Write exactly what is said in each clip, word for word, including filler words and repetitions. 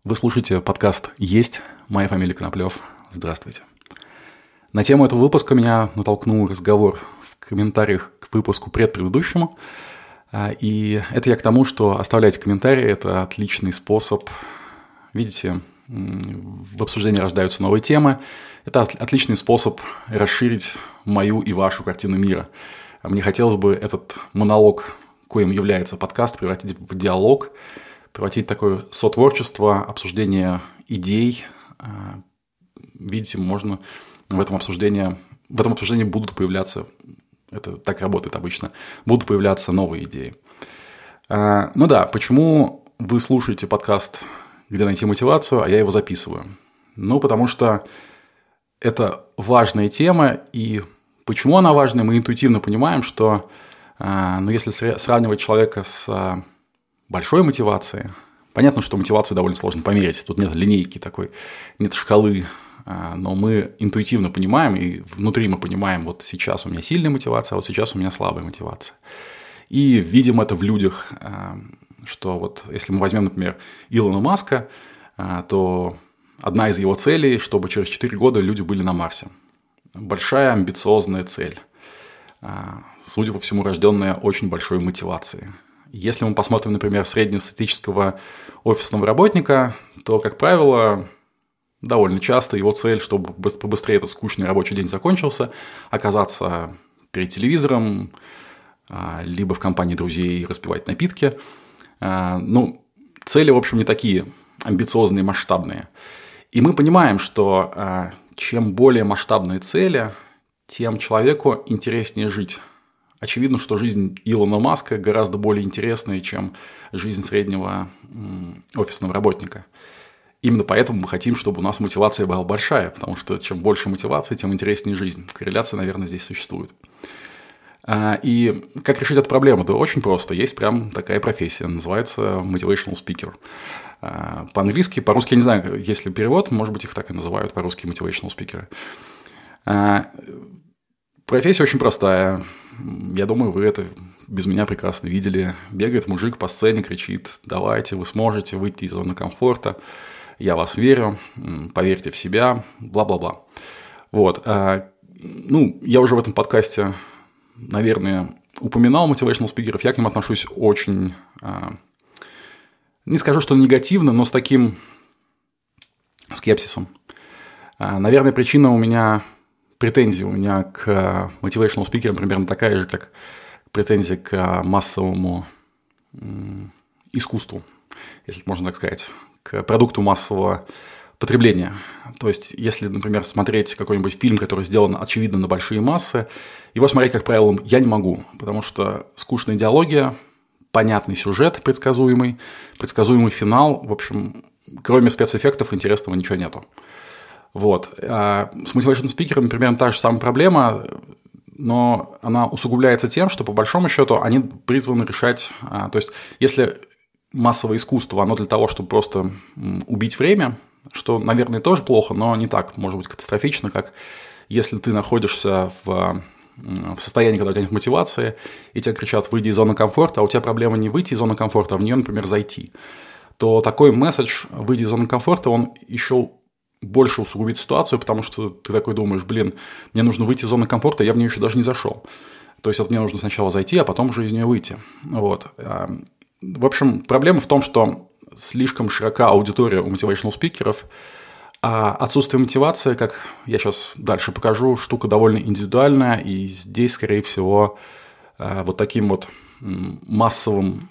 Вы слушаете подкаст «Есть». Моя фамилия Коноплев. Здравствуйте. На тему этого выпуска меня натолкнул разговор в комментариях к выпуску предпредыдущему. И это я к тому, что оставляйте комментарии. Это отличный способ. Видите, в обсуждении рождаются новые темы. Это отличный способ расширить мою и вашу картину мира. Мне хотелось бы этот монолог, коим является подкаст, превратить в диалог, превратить такое сотворчество, обсуждение идей. Видите, можно в этом обсуждении, в этом обсуждении будут появляться, это так работает обычно, будут появляться новые идеи. Ну да, почему вы слушаете подкаст «Где найти мотивацию», а я его записываю? Ну, потому что это важная тема, и почему она важная, мы интуитивно понимаем, что ну, если сравнивать человека с большой мотивацией, понятно, что мотивацию довольно сложно померить, тут нет линейки такой, нет шкалы, но мы интуитивно понимаем, и внутри мы понимаем, вот сейчас у меня сильная мотивация, а вот сейчас у меня слабая мотивация. И видим это в людях, что вот если мы возьмем, например, Илона Маска, то одна из его целей, чтобы через четыре года люди были на Марсе. Большая амбициозная цель, судя по всему, рожденная очень большой мотивацией. Если мы посмотрим, например, среднестатистического офисного работника, то, как правило, довольно часто его цель, чтобы побыстрее этот скучный рабочий день закончился, оказаться перед телевизором, либо в компании друзей распивать напитки. Ну, цели, в общем, не такие амбициозные, масштабные. И мы понимаем, что чем более масштабные цели, тем человеку интереснее жить. Очевидно, что жизнь Илона Маска гораздо более интересная, чем жизнь среднего офисного работника. Именно поэтому мы хотим, чтобы у нас мотивация была большая, потому что чем больше мотивации, тем интереснее жизнь. Корреляция, наверное, здесь существует. И как решить эту проблему? Да очень просто. Есть прям такая профессия, называется motivational speaker. По-английски, по-русски, я не знаю, есть ли перевод, может быть, их так и называют по-русски motivational speaker. Профессия очень простая. Я думаю, вы это без меня прекрасно видели. Бегает мужик по сцене, кричит: давайте, вы сможете выйти из зоны комфорта, я вас верю, поверьте в себя, бла-бла-бла. Вот. Ну, я уже в этом подкасте, наверное, упоминал motivational спикеров. Я к ним отношусь очень, не скажу, что негативно, но с таким скепсисом. Наверное, причина у меня... Претензия у меня к motivational спикерам примерно такая же, как претензия к массовому искусству, если можно так сказать, к продукту массового потребления. То есть, если, например, смотреть какой-нибудь фильм, который сделан, очевидно, на большие массы, его смотреть, как правило, я не могу, потому что скучная идеология, понятный сюжет предсказуемый, предсказуемый финал, в общем, кроме спецэффектов интересного ничего нету. Вот. А с motivational спикерами примерно та же самая проблема, но она усугубляется тем, что, по большому счету, они призваны решать... То есть, если массовое искусство, оно для того, чтобы просто убить время, что, наверное, тоже плохо, но не так, может быть, катастрофично, как если ты находишься в, в состоянии, когда у тебя нет мотивации, и тебе кричат: выйди из зоны комфорта, а у тебя проблема не выйти из зоны комфорта, а в нее, например, зайти, то такой месседж «выйди из зоны комфорта», он еще... больше усугубить ситуацию, потому что ты такой думаешь: блин, мне нужно выйти из зоны комфорта, я в нее еще даже не зашел. То есть, вот мне нужно сначала зайти, а потом уже из нее выйти. Вот. В общем, проблема в том, что слишком широка аудитория у motivational спикеров, а отсутствие мотивации, как я сейчас дальше покажу, штука довольно индивидуальная, и здесь, скорее всего, вот таким вот массовым,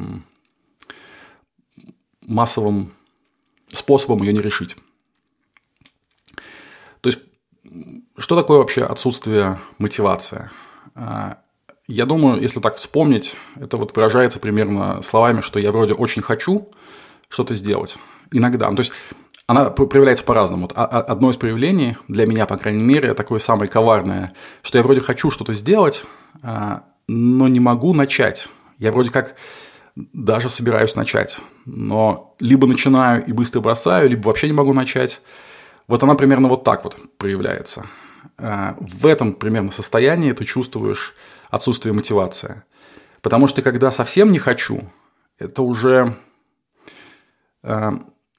массовым способом ее не решить. То есть, что такое вообще отсутствие мотивации? Я думаю, если так вспомнить, это вот выражается примерно словами, что я вроде очень хочу что-то сделать. Иногда. Ну, то есть, она проявляется по-разному. Вот одно из проявлений, для меня, по крайней мере, такое самое коварное, что я вроде хочу что-то сделать, но не могу начать. Я вроде как даже собираюсь начать, но либо начинаю и быстро бросаю, либо вообще не могу начать. Вот она примерно вот так вот проявляется. В этом примерно состоянии ты чувствуешь отсутствие мотивации. Потому что когда совсем не хочу, это уже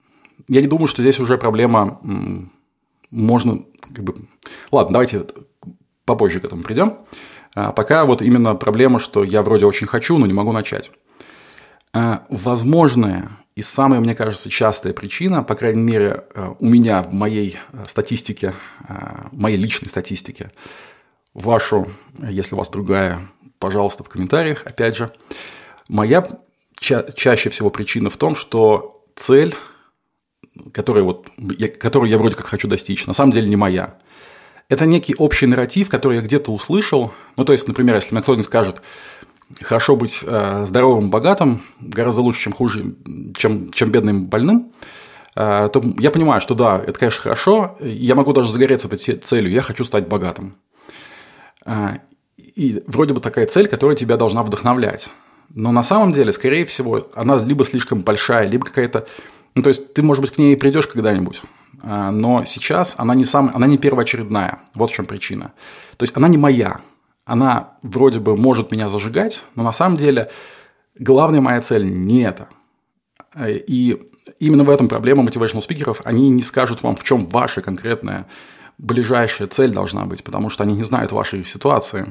я не думаю, что здесь уже проблема можно... Как бы... Ладно, давайте попозже к этому придем. А пока вот именно проблема, что я вроде очень хочу, но не могу начать. А возможная и самая, мне кажется, частая причина, по крайней мере, у меня в моей статистике, в моей личной статистике, вашу, если у вас другая, пожалуйста, в комментариях, опять же, моя ча- чаще всего причина в том, что цель, которую, вот, я, которую я вроде как хочу достичь, на самом деле не моя. Это некий общий нарратив, который я где-то услышал. Ну, то есть, например, если мне кто-нибудь скажет, хорошо быть э, здоровым, богатым, гораздо лучше, чем хуже, чем, чем бедным, больным, э, то я понимаю, что да, это, конечно, хорошо, я могу даже загореться этой целью, я хочу стать богатым. Э, и вроде бы такая цель, которая тебя должна вдохновлять. Но на самом деле, скорее всего, она либо слишком большая, либо какая-то... Ну, то есть, ты, может быть, к ней придешь когда-нибудь, э, но сейчас она не, сам... она не первоочередная. Вот в чем причина. То есть, она не моя. Она вроде бы может меня зажигать, но на самом деле главная моя цель не это. И именно в этом проблема motivational спикеров. Они не скажут вам, в чем ваша конкретная ближайшая цель должна быть, потому что они не знают вашей ситуации.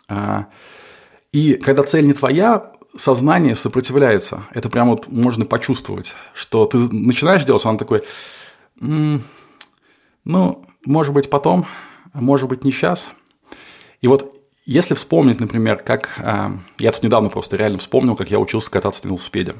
И когда цель не твоя, сознание сопротивляется. Это прямо вот можно почувствовать, что ты начинаешь делать, а он такой, м-м, ну, может быть, потом, может быть, не сейчас. И вот если вспомнить, например, как... Э, я тут недавно просто реально вспомнил, как я учился кататься на велосипеде.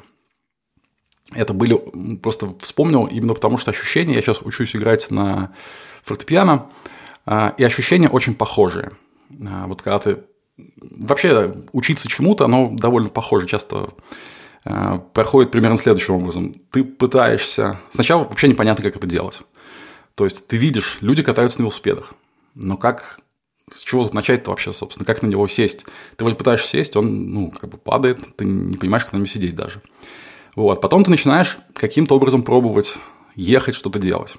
Это были... Просто вспомнил именно потому, что ощущения... Я сейчас учусь играть на фортепиано, э, и ощущения очень похожие. Э, вот когда ты... Вообще учиться чему-то, оно довольно похоже. Часто э, проходит примерно следующим образом. Ты пытаешься... Сначала вообще непонятно, как это делать. То есть, ты видишь, люди катаются на велосипедах. Но как... С чего тут начать-то вообще, собственно? Как на него сесть? Ты вроде пытаешься сесть, он, ну, как бы падает, ты не понимаешь, как на нем сидеть даже. Вот. Потом ты начинаешь каким-то образом пробовать ехать, что-то делать.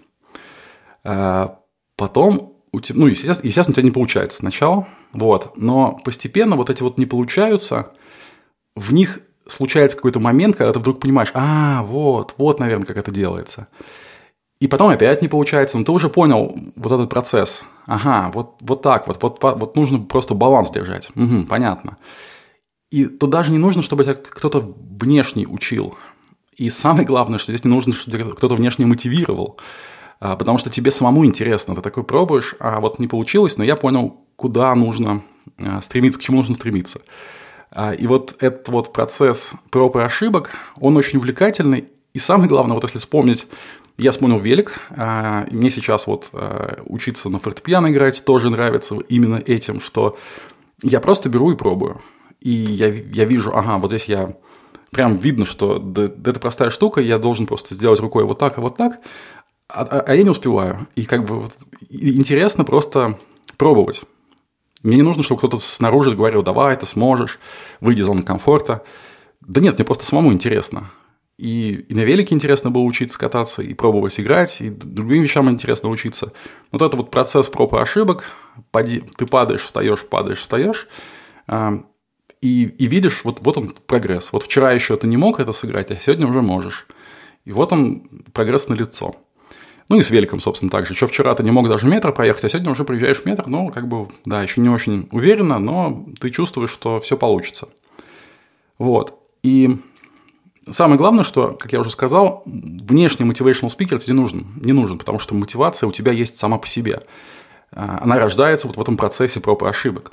А потом, у тебя, ну, естественно, естественно, у тебя не получается сначала, вот. Но постепенно вот эти вот не получаются, в них случается какой-то момент, когда ты вдруг понимаешь, а, вот, вот, наверное, как это делается. И потом опять не получается, но ты уже понял вот этот процесс. Ага, вот, вот так вот, вот, вот нужно просто баланс держать. Угу, понятно. И тут даже не нужно, чтобы тебя кто-то внешний учил. И самое главное, что здесь не нужно, чтобы тебя кто-то внешне мотивировал. Потому что тебе самому интересно. Ты такой пробуешь, а вот не получилось, но я понял, куда нужно стремиться, к чему нужно стремиться. И вот этот вот процесс проб и ошибок, он очень увлекательный. И самое главное, вот если вспомнить... Я вспомнил велик, и мне сейчас вот учиться на фортепиано играть тоже нравится именно этим, что я просто беру и пробую. И я, я вижу, ага, вот здесь я прям видно, что да, да, это простая штука, я должен просто сделать рукой вот так и вот так, а, а я не успеваю. И как бы вот, интересно просто пробовать. Мне не нужно, чтобы кто-то снаружи говорил, давай, ты сможешь, выйди из зоны комфорта. Да нет, мне просто самому интересно. И, и на велике интересно было учиться кататься, и пробовать играть, и другим вещам интересно учиться. Вот это вот процесс проб и ошибок. Поди, ты падаешь, встаешь, падаешь, встаешь. Э, и, и видишь, вот, вот он прогресс. Вот вчера еще ты не мог это сыграть, а сегодня уже можешь. И вот он, прогресс налицо. Ну и с великом, собственно, так же. Еще вчера ты не мог даже метр проехать, а сегодня уже проезжаешь метр. Ну, как бы, да, еще не очень уверенно, но ты чувствуешь, что все получится. Вот. И... Самое главное, что, как я уже сказал, внешний motivational speaker тебе не нужен, не нужен, потому что мотивация у тебя есть сама по себе. Она рождается вот в этом процессе проб и ошибок.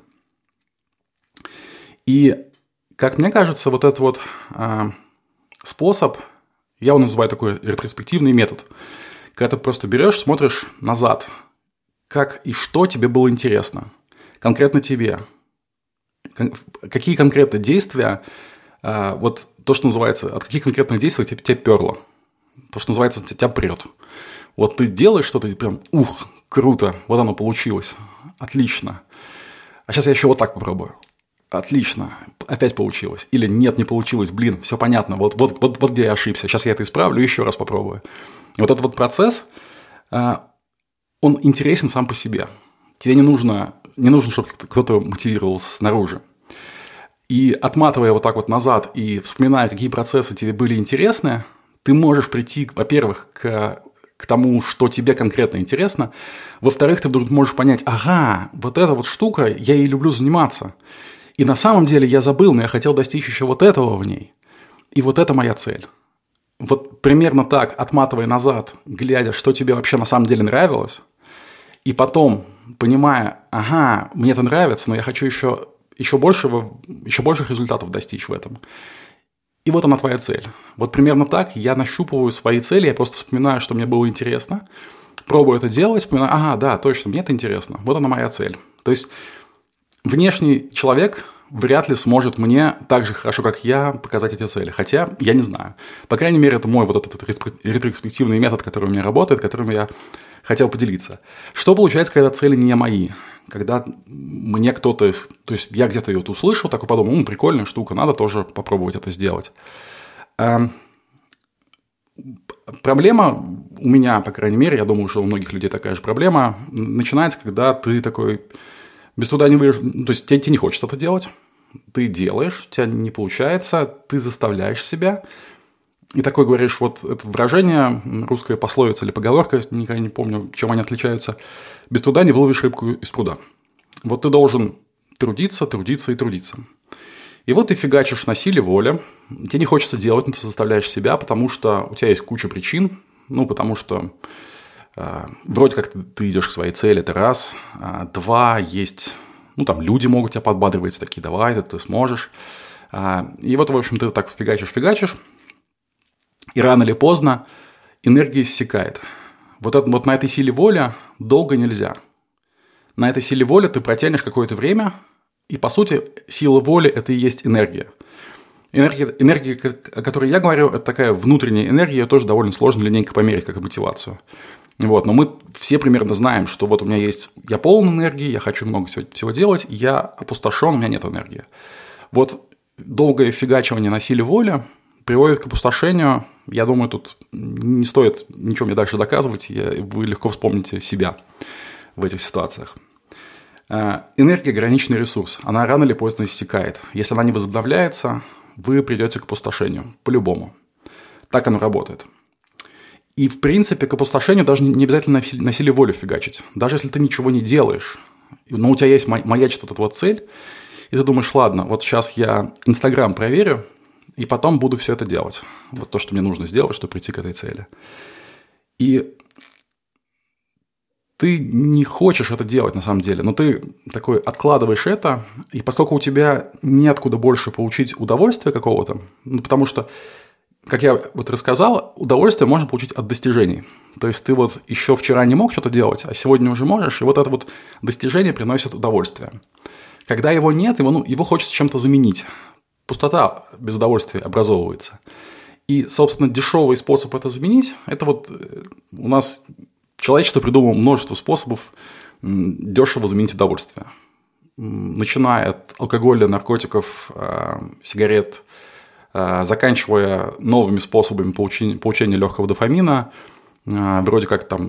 И, как мне кажется, вот этот вот способ, я его называю такой ретроспективный метод, когда ты просто берешь, смотришь назад, как и что тебе было интересно, конкретно тебе, какие конкретно действия, вот то, что называется, от каких конкретных действий тебя, тебя перло. То, что называется, тебя прет. Вот ты делаешь что-то, и прям, ух, круто, вот оно получилось, отлично. А сейчас я еще вот так попробую. Отлично, опять получилось. Или нет, не получилось, блин, все понятно, вот, вот, вот, вот где я ошибся, сейчас я это исправлю, еще раз попробую. И вот этот вот процесс, он интересен сам по себе. Тебе не нужно, не нужно, чтобы кто-то мотивировал снаружи. И отматывая вот так вот назад и вспоминая, какие процессы тебе были интересны, ты можешь прийти, во-первых, к, к тому, что тебе конкретно интересно. Во-вторых, ты вдруг можешь понять, ага, вот эта вот штука, я ей люблю заниматься. И на самом деле я забыл, но я хотел достичь еще вот этого в ней. И вот это моя цель. Вот примерно так, отматывая назад, глядя, что тебе вообще на самом деле нравилось, и потом, понимая, ага, мне это нравится, но я хочу еще, еще, большего, еще больших результатов достичь в этом. И вот она твоя цель. Вот примерно так я нащупываю свои цели, я просто вспоминаю, что мне было интересно, пробую это делать, вспоминаю, ага, да, точно, мне это интересно, вот она моя цель. То есть внешний человек вряд ли сможет мне так же хорошо, как я, показать эти цели. Хотя я не знаю. По крайней мере, это мой вот этот ретроспективный метод, который у меня работает, которым я хотел поделиться. Что получается, когда цели не мои? Когда мне кто-то... То есть я где-то ее вот услышал, такой подумал, ну, прикольная штука, надо тоже попробовать это сделать. Проблема у меня, по крайней мере, я думаю, что у многих людей такая же проблема, начинается, когда ты такой... Без труда не выйдешь, то есть тебе, тебе не хочется это делать, ты делаешь, у тебя не получается, ты заставляешь себя, и такой говоришь, вот это выражение, русская пословица или поговорка, никогда не помню, чем они отличаются, без труда не выловишь рыбку из пруда. Вот ты должен трудиться, трудиться и трудиться. И вот ты фигачишь на силе воли, тебе не хочется делать, но ты заставляешь себя, потому что у тебя есть куча причин, ну, потому что... Вроде как ты идешь к своей цели, это раз. Два, есть, ну, там, люди могут тебя подбадривать, такие, давай, ты, ты сможешь. И вот, в общем, ты так фигачишь-фигачишь, и рано или поздно энергия иссякает. Вот, это, вот на этой силе воли долго нельзя. На этой силе воли ты протянешь какое-то время, и, по сути, сила воли – это и есть энергия. Энергия, энергия, о которой я говорю, это такая внутренняя энергия, ее тоже довольно сложно линейкой померить, как и мотивацию. Вот, но мы все примерно знаем, что вот у меня есть, я полон энергии, я хочу много всего, всего делать, я опустошен, у меня нет энергии. Вот долгое фигачивание на силе воли приводит к опустошению. Я думаю, тут не стоит ничего мне дальше доказывать, я, вы легко вспомните себя в этих ситуациях. Энергия – ограниченный ресурс, она рано или поздно иссякает. Если она не возобновляется, вы придете к опустошению, по-любому. Так оно работает. И, в принципе, к опустошению даже не обязательно на силе воли фигачить. Даже если ты ничего не делаешь, но у тебя есть маячит вот эта вот цель, и ты думаешь, ладно, вот сейчас я Инстаграм проверю, и потом буду все это делать. Вот то, что мне нужно сделать, чтобы прийти к этой цели. И ты не хочешь это делать на самом деле, но ты такой откладываешь это, и поскольку у тебя неоткуда больше получить удовольствие какого-то, ну, потому что... Как я вот рассказал, удовольствие можно получить от достижений. То есть ты вот еще вчера не мог что-то делать, а сегодня уже можешь, и вот это вот достижение приносит удовольствие. Когда его нет, его, ну, его хочется чем-то заменить. Пустота без удовольствия образовывается. И, собственно, дешевый способ это заменить, это вот у нас человечество придумало множество способов дешево заменить удовольствие. Начиная от алкоголя, наркотиков, сигарет, заканчивая новыми способами получения, получения легкого дофамина, вроде как там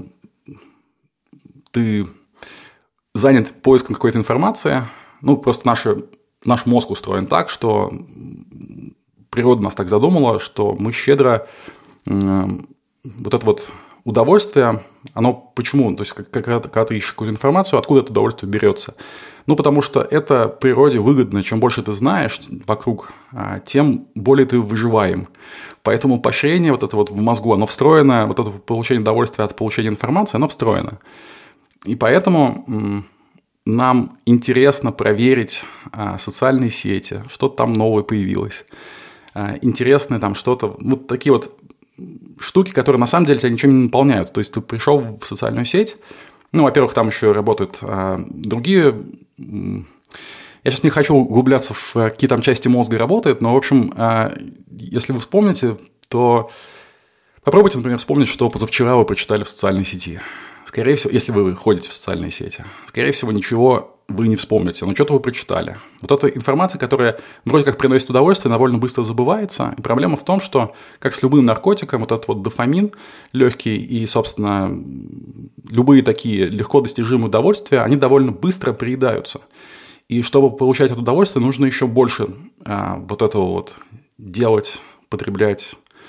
ты занят поиском какой-то информации, ну, просто наши, наш мозг устроен так, что природа нас так задумала, что мы щедро вот это вот удовольствие, оно почему? То есть, когда, когда ты ищешь какую-то информацию, откуда это удовольствие берется? Ну, потому что это природе выгодно. Чем больше ты знаешь вокруг, тем более ты выживаем. Поэтому поощрение вот это вот в мозгу, оно встроено, вот это получение удовольствия от получения информации, оно встроено. И поэтому нам интересно проверить социальные сети, что-то там новое появилось. Интересно там что-то, вот такие вот штуки, которые на самом деле тебя ничем не наполняют. То есть ты пришел в социальную сеть, ну, во-первых, там еще работают а, другие... Я сейчас не хочу углубляться в какие там части мозга работают, но, в общем, а, если вы вспомните, то попробуйте, например, вспомнить, что позавчера вы прочитали в социальной сети. Скорее всего, если вы ходите в социальные сети, скорее всего, ничего вы не вспомните, но что-то вы прочитали. Вот эта информация, которая вроде как приносит удовольствие, довольно быстро забывается. И проблема в том, что, как с любым наркотиком, вот этот вот дофамин легкий и, собственно, любые такие легко достижимые удовольствия, они довольно быстро приедаются. И чтобы получать это удовольствие, нужно еще больше а, вот этого вот делать, потреблять,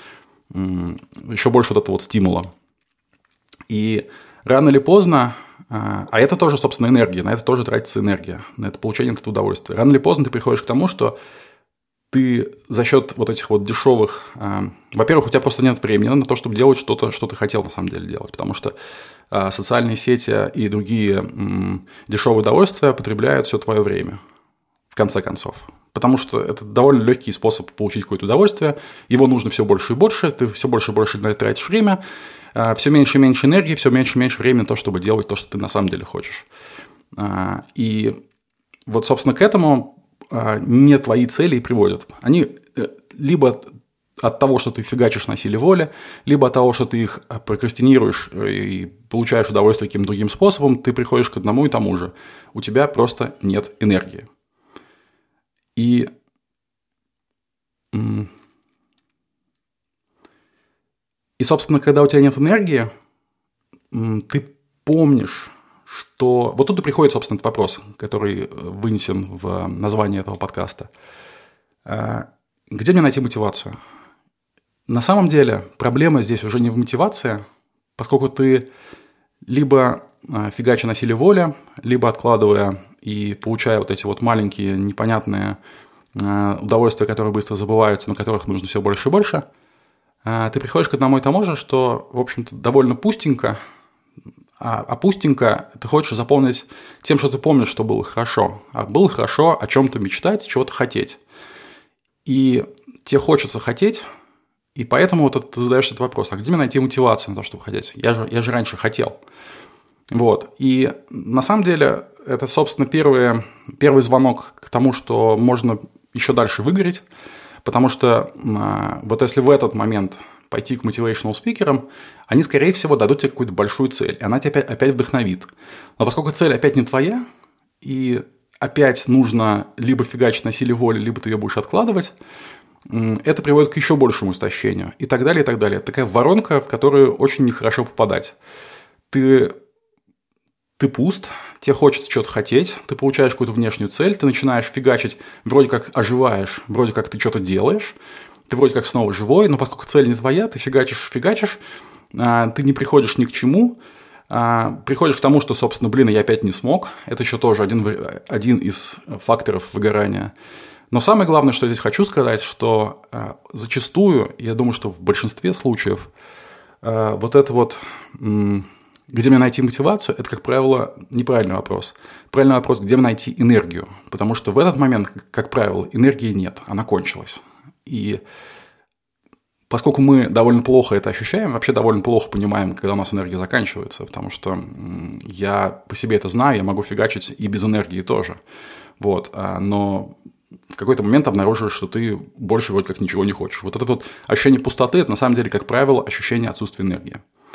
еще больше вот этого вот стимула. И рано или поздно, а это тоже, собственно, энергия, на это тоже тратится энергия, на это получение этого удовольствия. Рано или поздно ты приходишь к тому, что ты за счет вот этих вот дешевых... Во-первых, у тебя просто нет времени на то, чтобы делать что-то, что ты хотел на самом деле делать, потому что социальные сети и другие дешевые удовольствия потребляют все твое время, в конце концов. Потому что это довольно легкий способ получить какое-то удовольствие, его нужно все больше и больше, ты все больше и больше на это тратишь время, все меньше и меньше энергии, все меньше и меньше времени на то, чтобы делать то, что ты на самом деле хочешь. И вот, собственно, к этому не твои цели и приводят. Они либо от того, что ты фигачишь на силе воли, либо от того, что ты их прокрастинируешь и получаешь удовольствие каким-то другим способом, ты приходишь к одному и тому же. У тебя просто нет энергии. И И, собственно, когда у тебя нет энергии, ты помнишь, что... Вот тут и приходит, собственно, этот вопрос, который вынесен в название этого подкаста. Где мне найти мотивацию? На самом деле проблема здесь уже не в мотивации, поскольку ты либо фигача на силе воли, либо откладывая и получая вот эти вот маленькие непонятные удовольствия, которые быстро забываются, на которых нужно все больше и больше, ты приходишь к одному и тому же, что, в общем-то, довольно пустенько, а, а пустенько ты хочешь заполнить тем, что ты помнишь, что было хорошо. А было хорошо о чем-то мечтать, чего-то хотеть. И тебе хочется хотеть, и поэтому вот ты задаешь этот вопрос, а где мне найти мотивацию на то, чтобы хотеть? Я же, я же раньше хотел. Вот. И на самом деле это, собственно, первый, первый звонок к тому, что можно еще дальше выгореть, потому что вот если в этот момент пойти к motivational спикерам, они, скорее всего, дадут тебе какую-то большую цель, и она тебя опять, опять вдохновит. Но поскольку цель опять не твоя, и опять нужно либо фигачить на силе воли, либо ты ее будешь откладывать, это приводит к еще большему истощению, и так далее, и так далее. Это такая воронка, в которую очень нехорошо попадать. Ты... Ты пуст, тебе хочется что-то хотеть, ты получаешь какую-то внешнюю цель, ты начинаешь фигачить, вроде как оживаешь, вроде как ты что-то делаешь, ты вроде как снова живой, но поскольку цель не твоя, ты фигачишь, фигачишь, ты не приходишь ни к чему, приходишь к тому, что, собственно, блин, я опять не смог, это еще тоже один, один из факторов выгорания. Но самое главное, что я здесь хочу сказать, что зачастую, я думаю, что в большинстве случаев, вот это вот... Где мне найти мотивацию, это, как правило, неправильный вопрос. Правильный вопрос, где мне найти энергию. Потому что в этот момент, как правило, энергии нет, она кончилась. И поскольку мы довольно плохо это ощущаем, вообще довольно плохо понимаем, когда у нас энергия заканчивается, потому что я по себе это знаю, я могу фигачить и без энергии тоже. Вот. Но в какой-то момент обнаруживаешь, что ты больше вроде как ничего не хочешь. Вот это вот ощущение пустоты – это на самом деле, как правило, ощущение отсутствия энергии.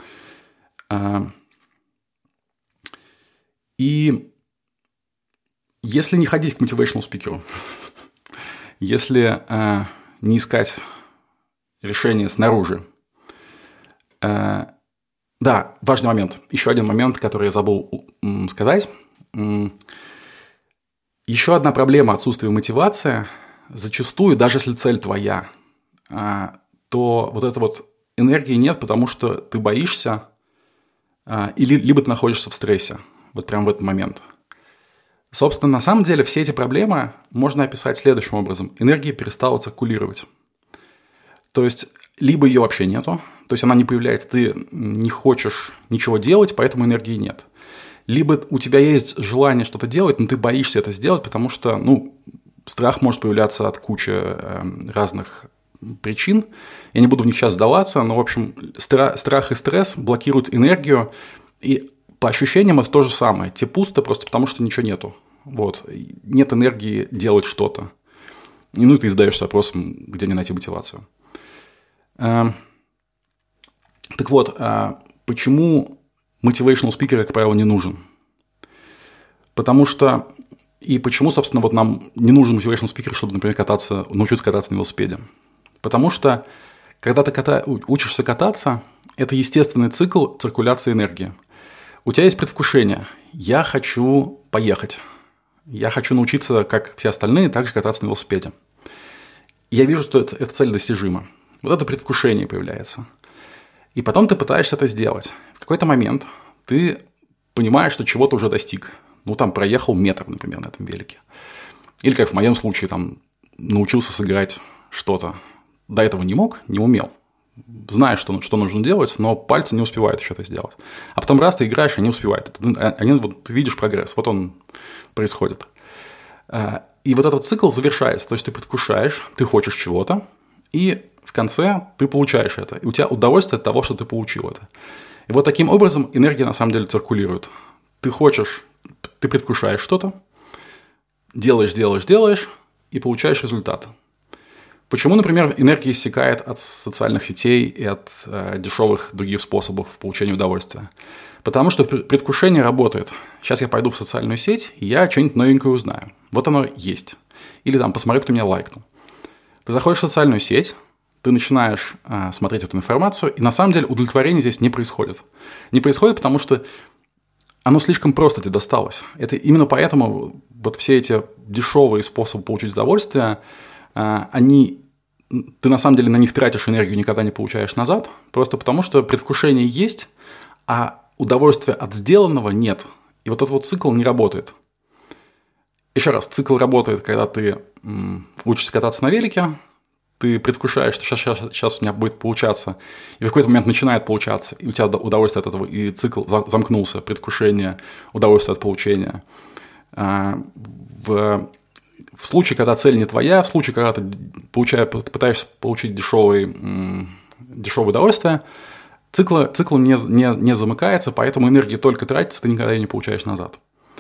И если не ходить к motivational спикеру, если э, не искать решение снаружи, э, да, важный момент, еще один момент, который я забыл м, сказать. М, еще одна проблема отсутствия мотивации, зачастую, даже если цель твоя, э, то вот этой вот энергии нет, потому что ты боишься, э, или либо ты находишься в стрессе. Вот прямо в этот момент. Собственно, на самом деле все эти проблемы можно описать следующим образом. Энергия перестала циркулировать. То есть, либо ее вообще нету, то есть она не появляется, ты не хочешь ничего делать, поэтому энергии нет. Либо у тебя есть желание что-то делать, но ты боишься это сделать, потому что, ну, страх может появляться от кучи разных причин. Я не буду в них сейчас сдаваться, но, в общем, страх и стресс блокируют энергию, и по ощущениям это то же самое. Тебе пусто просто потому, что ничего нету. Вот. Нет энергии делать что-то. И ну, ты задаешься вопросом, где мне найти мотивацию. Так вот, почему motivational speaker, как правило, не нужен? Потому что... И почему, собственно, вот нам не нужен motivational speaker, чтобы, например, кататься, научиться кататься на велосипеде? Потому что, когда ты ката... учишься кататься, это естественный цикл циркуляции энергии. У тебя есть предвкушение. Я хочу поехать. Я хочу научиться, как все остальные, также кататься на велосипеде. Я вижу, что эта цель достижима. Вот это предвкушение появляется. И потом ты пытаешься это сделать. В какой-то момент ты понимаешь, что чего-то уже достиг. Ну, там, проехал метр, например, на этом велике. Или, как в моем случае, там, научился сыграть что-то. До этого не мог, не умел. Знаешь, что, что нужно делать, но пальцы не успевают еще это сделать. А потом раз ты играешь, они успевают. Они, вот, ты видишь прогресс, вот он происходит. И вот этот цикл завершается. То есть ты предвкушаешь, ты хочешь чего-то, и в конце ты получаешь это. И у тебя удовольствие от того, что ты получил это. И вот таким образом энергия на самом деле циркулирует. Ты хочешь, ты предвкушаешь что-то, делаешь, делаешь, делаешь, и получаешь результат. Почему, например, энергия иссякает от социальных сетей и от э, дешевых других способов получения удовольствия? Потому что предвкушение работает. Сейчас я пойду в социальную сеть, и я что-нибудь новенькое узнаю. Вот оно есть. Или там посмотрю, кто меня лайкнул. Ты заходишь в социальную сеть, ты начинаешь э, смотреть эту информацию, и на самом деле удовлетворение здесь не происходит. Не происходит, потому что оно слишком просто тебе досталось. Это именно поэтому вот все эти дешевые способы получить удовольствие, они, ты на самом деле на них тратишь энергию, никогда не получаешь назад, просто потому что предвкушение есть, а удовольствия от сделанного нет. И вот этот вот цикл не работает. Еще раз, цикл работает, когда ты м, учишься кататься на велике, ты предвкушаешь, что сейчас, сейчас, сейчас у меня будет получаться, и в какой-то момент начинает получаться, и у тебя удовольствие от этого, и цикл замкнулся, предвкушение, удовольствие от получения. В, в случае, когда цель не твоя, в случае, когда ты получаешь, пытаешься получить дешевый, дешевое удовольствие, цикл, цикл не, не, не замыкается, поэтому энергия только тратится, ты никогда ее не получаешь назад.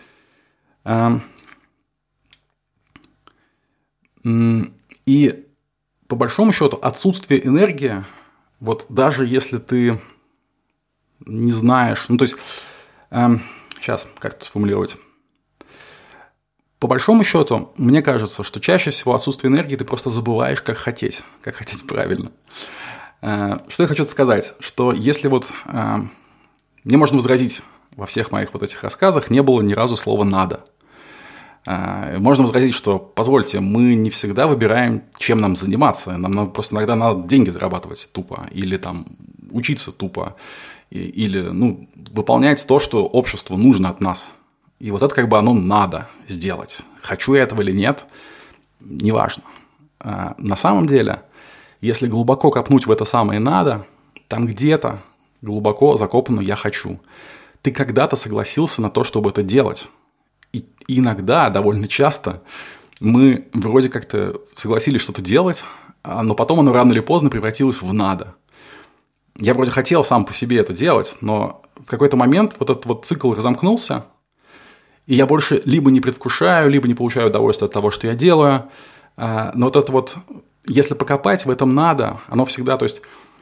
И по большому счету, отсутствие энергии, вот даже если ты не знаешь, ну то есть, эм, сейчас, как это сформулировать? По большому счету, мне кажется, что чаще всего отсутствие энергии ты просто забываешь, как хотеть, как хотеть правильно. Э, что я хочу сказать, что если вот, э, мне можно возразить во всех моих вот этих рассказах, не было ни разу слова «надо». Можно возразить, что, позвольте, мы не всегда выбираем, чем нам заниматься. Нам просто иногда надо деньги зарабатывать тупо, или там учиться тупо, или ну, выполнять то, что обществу нужно от нас. И вот это как бы оно надо сделать. Хочу я этого или нет, неважно. На самом деле, если глубоко копнуть в это самое «надо», там где-то глубоко закопано «я хочу». Ты когда-то согласился на то, чтобы это делать. И иногда, довольно часто, мы вроде как-то согласились что-то делать, но потом оно рано или поздно превратилось в «надо». Я вроде хотел сам по себе это делать, но в какой-то момент вот этот вот цикл разомкнулся, и я больше либо не предвкушаю, либо не получаю удовольствия от того, что я делаю. Но вот это вот, если покопать в этом «надо», оно всегда, то есть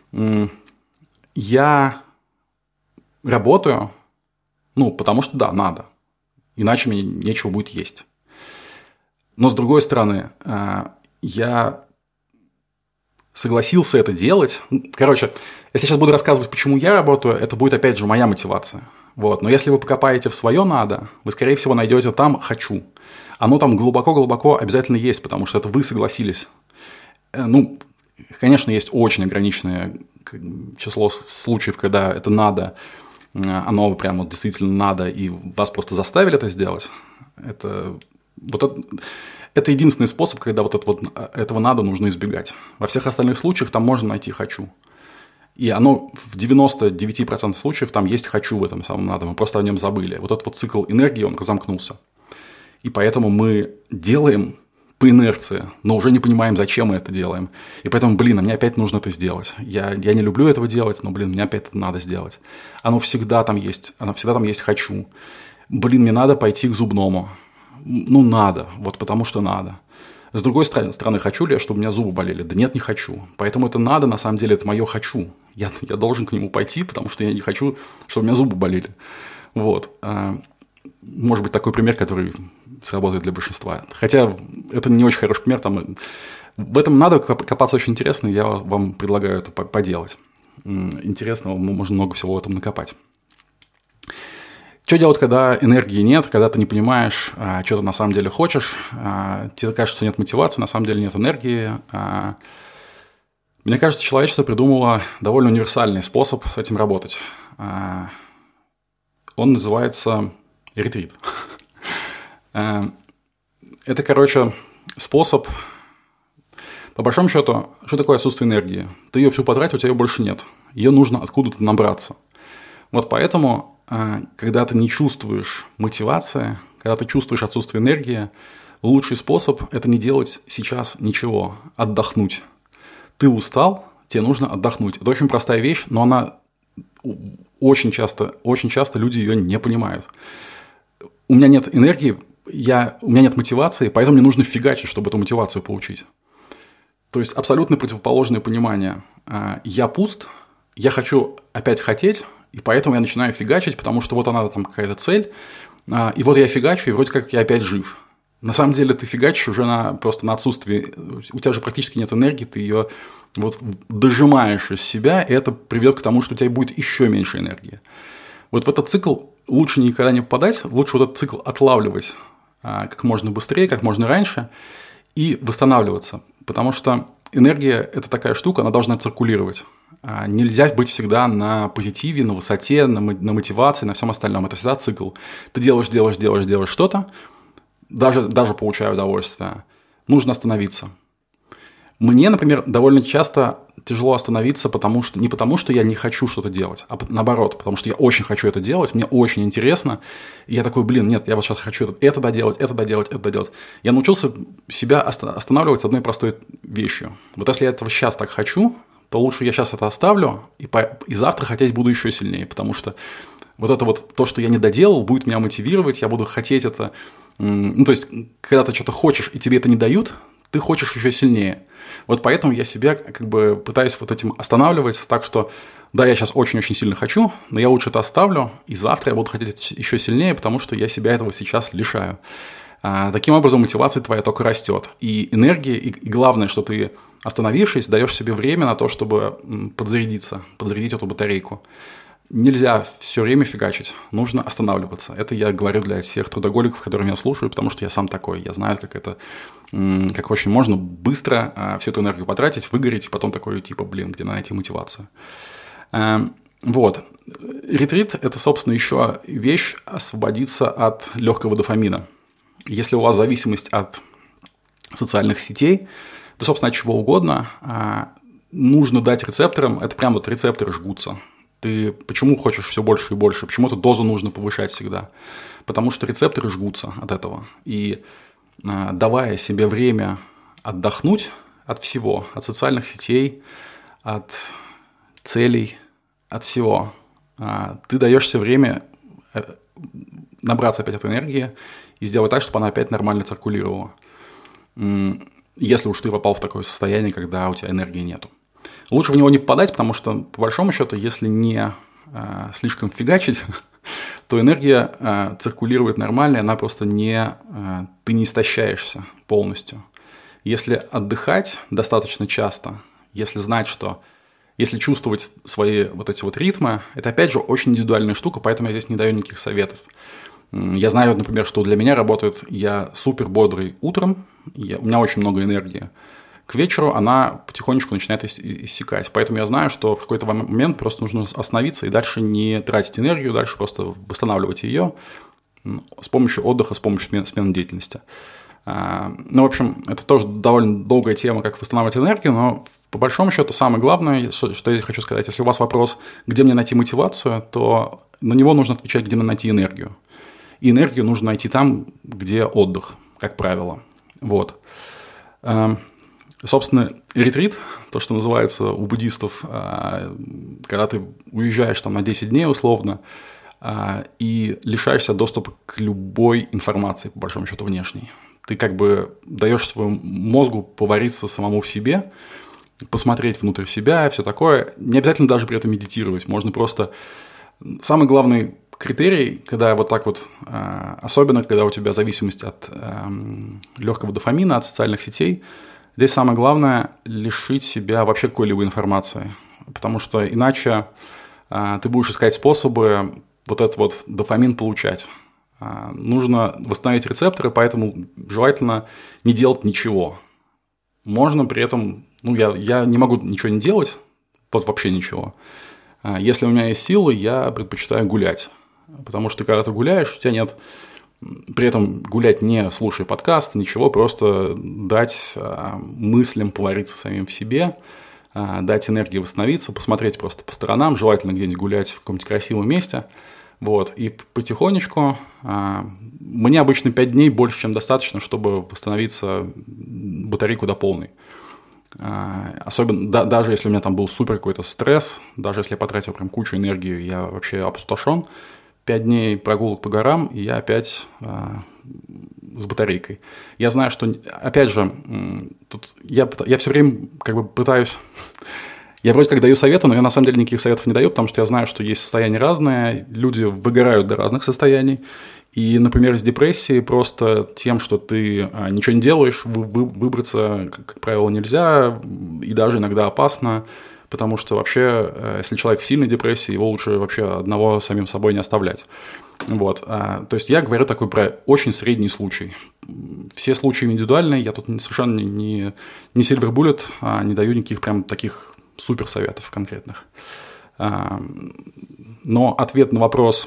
я работаю, ну, потому что да, надо. Иначе мне нечего будет есть. Но, с другой стороны, я согласился это делать. Короче, если я сейчас буду рассказывать, почему я работаю, это будет, опять же, моя мотивация. Вот. Но если вы покопаете в свое «надо», вы, скорее всего, найдете там «хочу». Оно там глубоко-глубоко обязательно есть, потому что это вы согласились. Ну, конечно, есть очень ограниченное число случаев, когда это «надо», оно прям вот действительно надо, и вас просто заставили это сделать. Это, вот это, это единственный способ, когда вот, это вот этого надо нужно избегать. Во всех остальных случаях там можно найти «хочу». И оно в девяноста девяти процентах случаев там есть «хочу» в этом самом надо. Мы просто о нем забыли. Вот этот вот цикл энергии, он разомкнулся. И поэтому мы делаем по инерции, но уже не понимаем, зачем мы это делаем. И поэтому, блин, а мне опять нужно это сделать. Я, я не люблю этого делать, но, блин, мне опять это надо сделать. Оно всегда там есть, оно всегда там есть «хочу». Блин, мне надо пойти к зубному. Ну, надо, вот потому что надо. С другой стороны, хочу ли я, чтобы у меня зубы болели? Да нет, не хочу. Поэтому это надо, на самом деле, это мое «хочу». Я, я должен к нему пойти, потому что я не хочу, чтобы у меня зубы болели. Вот. Может быть, такой пример, который сработает для большинства. Хотя это не очень хороший пример. Там, в этом надо копаться очень интересно, я вам предлагаю это поделать. Интересного, можно много всего в этом накопать. Что делать, когда энергии нет, когда ты не понимаешь, что ты на самом деле хочешь, тебе кажется, что нет мотивации, на самом деле нет энергии. Мне кажется, человечество придумало довольно универсальный способ с этим работать. Он называется ретрит. Это, короче, способ... По большому счету, что такое отсутствие энергии? Ты ее всю потратил, у тебя ее больше нет. Ее нужно откуда-то набраться. Вот поэтому, когда ты не чувствуешь мотивации, когда ты чувствуешь отсутствие энергии, лучший способ – это не делать сейчас ничего, отдохнуть. Ты устал, тебе нужно отдохнуть. Это очень простая вещь, но она очень часто, очень часто люди ее не понимают. У меня нет энергии, я, у меня нет мотивации, поэтому мне нужно фигачить, чтобы эту мотивацию получить. То есть абсолютно противоположное понимание. Я пуст, я хочу опять хотеть, и поэтому я начинаю фигачить, потому что вот она там какая-то цель, и вот я фигачу, и вроде как я опять жив. На самом деле ты фигачишь уже на, просто на отсутствии, у тебя же практически нет энергии, ты ее вот дожимаешь из себя, и это приведет к тому, что у тебя будет еще меньше энергии. Вот в этот цикл лучше никогда не попадать, лучше вот этот цикл отлавливать как можно быстрее, как можно раньше и восстанавливаться. Потому что энергия – это такая штука, она должна циркулировать. Нельзя быть всегда на позитиве, на высоте, на мотивации, на всем остальном. Это всегда цикл. Ты делаешь, делаешь, делаешь, делаешь что-то, даже, даже получая удовольствие. Нужно остановиться. Мне, например, довольно часто тяжело остановиться, потому что, не потому, что я не хочу что-то делать, а наоборот, потому что я очень хочу это делать, мне очень интересно, и я такой, блин, нет, я вот сейчас хочу это, это доделать, это доделать, это доделать. Я научился себя останавливать одной простой вещью. Вот если я этого сейчас так хочу, то лучше я сейчас это оставлю, и, по, и завтра хотеть буду еще сильнее, потому что вот это вот то, что я не доделал, будет меня мотивировать, я буду хотеть это. Ну, то есть, когда ты что-то хочешь, и тебе это не дают, ты хочешь еще сильнее. Вот поэтому я себя как бы пытаюсь вот этим останавливать, так что, да, я сейчас очень-очень сильно хочу, но я лучше это оставлю, и завтра я буду хотеть еще сильнее, потому что я себя этого сейчас лишаю. А, таким образом, мотивация твоя только растет. И энергия, и, и главное, что ты, остановившись, даешь себе время на то, чтобы подзарядиться, подзарядить эту батарейку. Нельзя все время фигачить, нужно останавливаться. Это я говорю для всех трудоголиков, которые меня слушают, потому что я сам такой. Я знаю, как это, как очень можно быстро всю эту энергию потратить, выгореть, и потом такой, типа, блин, где найти мотивацию. Вот. Ретрит – это, собственно, еще вещь освободиться от легкого дофамина. Если у вас зависимость от социальных сетей, то, собственно, от чего угодно, нужно дать рецепторам, это прям вот рецепторы жгутся. Ты почему хочешь все больше и больше? Почему эту дозу нужно повышать всегда? Потому что рецепторы жгутся от этого. И э, давая себе время отдохнуть от всего, от социальных сетей, от целей, от всего, э, ты даешь себе время набраться опять этой энергии и сделать так, чтобы она опять нормально циркулировала. Если уж ты попал в такое состояние, когда у тебя энергии нету. Лучше в него не попадать, потому что, по большому счету, если не э, слишком фигачить, то энергия э, циркулирует нормально, она просто не... Э, ты не истощаешься полностью. Если отдыхать достаточно часто, если знать, что... Если чувствовать свои вот эти вот ритмы, это, опять же, очень индивидуальная штука, поэтому я здесь не даю никаких советов. Я знаю, например, что для меня работает... Я супер бодрый утром, я, у меня очень много энергии. К вечеру она потихонечку начинает иссякать. Поэтому я знаю, что в какой-то момент просто нужно остановиться и дальше не тратить энергию, дальше просто восстанавливать ее с помощью отдыха, с помощью смены деятельности. Ну, в общем, это тоже довольно долгая тема, как восстанавливать энергию, но по большому счету самое главное, что я хочу сказать, если у вас вопрос, где мне найти мотивацию, то на него нужно отвечать, где мне найти энергию. И энергию нужно найти там, где отдых, как правило. Вот. Собственно, ретрит, то, что называется у буддистов, когда ты уезжаешь там на десять дней условно и лишаешься доступа к любой информации, по большому счету, внешней. Ты как бы даешь своему мозгу повариться самому в себе, посмотреть внутрь себя и все такое. Не обязательно даже при этом медитировать. Можно просто... Самый главный критерий, когда вот так вот, особенно когда у тебя зависимость от легкого дофамина, от социальных сетей, здесь самое главное – лишить себя вообще какой-либо информации, потому что иначе а, ты будешь искать способы вот этот вот дофамин получать. А, нужно восстановить рецепторы, поэтому желательно не делать ничего. Можно при этом ну, я, я не могу ничего не делать, вот вообще ничего. Если у меня есть силы, я предпочитаю гулять. Потому что когда ты гуляешь, у тебя нет... При этом гулять не слушая подкаст, ничего, просто дать мыслям повариться самим в себе, дать энергии восстановиться, посмотреть просто по сторонам, желательно где-нибудь гулять в каком-нибудь красивом месте. Вот. И потихонечку... Мне обычно пять дней больше, чем достаточно, чтобы восстановиться батарейку до полной. Особенно, да, даже если у меня там был супер какой-то стресс, даже если я потратил прям кучу энергии, я вообще опустошен, пять дней прогулок по горам, и я опять а, с батарейкой. Я знаю, что, опять же, тут я, я все время как бы пытаюсь... Я вроде как даю советы, но я на самом деле никаких советов не даю, потому что я знаю, что есть состояния разные, люди выгорают до разных состояний. И, например, из депрессии просто тем, что ты ничего не делаешь, вы, вы, выбраться, как правило, нельзя, и даже иногда опасно, потому что вообще, если человек в сильной депрессии, его лучше вообще одного самим собой не оставлять. Вот. То есть я говорю такой про очень средний случай. Все случаи индивидуальные, я тут совершенно не, не, не silver bullet, не даю никаких прям таких супер советов конкретных. Но ответ на вопрос...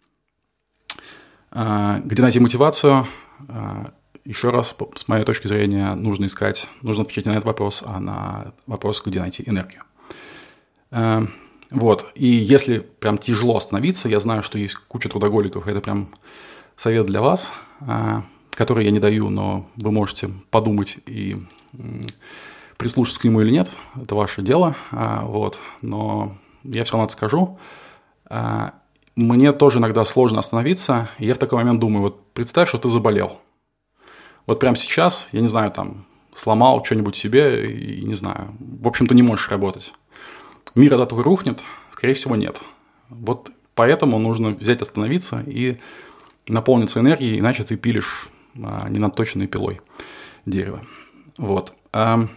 Где найти мотивацию? Еще раз, с моей точки зрения, нужно искать, нужно отвечать не на этот вопрос, а на вопрос, где найти энергию. Вот. И если прям тяжело остановиться, я знаю, что есть куча трудоголиков, это прям совет для вас, который я не даю, но вы можете подумать и прислушаться к нему или нет, это ваше дело. Вот. Но я все равно это скажу. Мне тоже иногда сложно остановиться, и я в такой момент думаю, вот представь, что ты заболел. Вот прямо сейчас, я не знаю, там, сломал что-нибудь себе, и не знаю, в общем, ты не можешь работать. Мир от этого рухнет? Скорее всего, нет. Вот поэтому нужно взять, остановиться и наполниться энергией, иначе ты пилишь а, ненаточенной пилой дерево. Вот. А,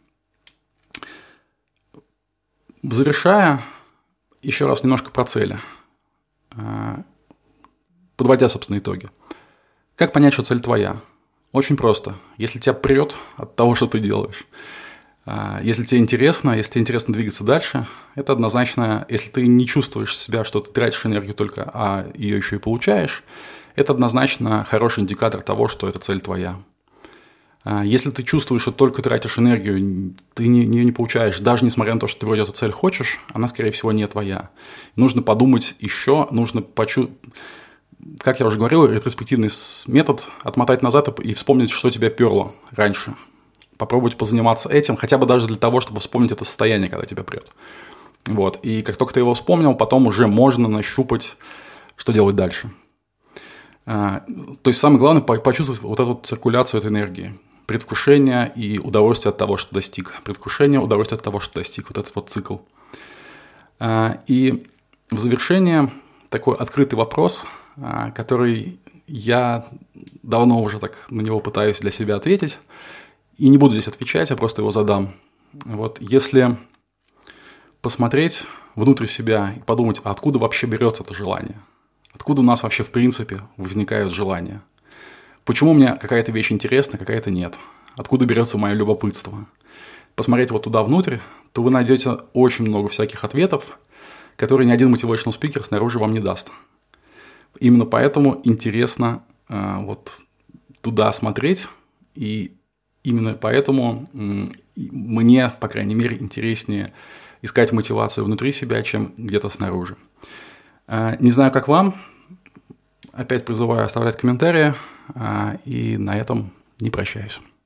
завершая, еще раз немножко про цели. Подводя, собственно, итоги. Как понять, что цель твоя? Очень просто. Если тебя прет от того, что ты делаешь, если тебе интересно, если тебе интересно двигаться дальше, это однозначно, если ты не чувствуешь себя, что ты тратишь энергию только, а ее еще и получаешь, это однозначно хороший индикатор того, что эта цель твоя. Если ты чувствуешь, что только тратишь энергию, ты ее не, не получаешь, даже несмотря на то, что ты вроде эту цель хочешь, она, скорее всего, не твоя. Нужно подумать еще, нужно почувствовать, как я уже говорил, ретроспективный метод, отмотать назад и вспомнить, что тебя перло раньше. Попробовать позаниматься этим, хотя бы даже для того, чтобы вспомнить это состояние, когда тебя прет. Вот. И как только ты его вспомнил, потом уже можно нащупать, что делать дальше. То есть самое главное – почувствовать вот эту циркуляцию этой энергии. Предвкушение и удовольствие от того, что достиг. Предвкушение, удовольствие от того, что достиг. Вот этот вот цикл. И в завершение такой открытый вопрос, который я давно уже так на него пытаюсь для себя ответить. И не буду здесь отвечать, я просто его задам. Вот если посмотреть внутрь себя и подумать, а откуда вообще берется это желание? Откуда у нас вообще в принципе возникают желания? Почему мне какая-то вещь интересна, какая-то нет? Откуда берется мое любопытство? Посмотреть вот туда внутрь, то вы найдете очень много всяких ответов, которые ни один motivational спикер снаружи вам не даст. Именно поэтому интересно э, вот туда смотреть, и именно поэтому э, мне, по крайней мере, интереснее искать мотивацию внутри себя, чем где-то снаружи. Э, не знаю, как вам. Опять призываю оставлять комментарии, и на этом не прощаюсь.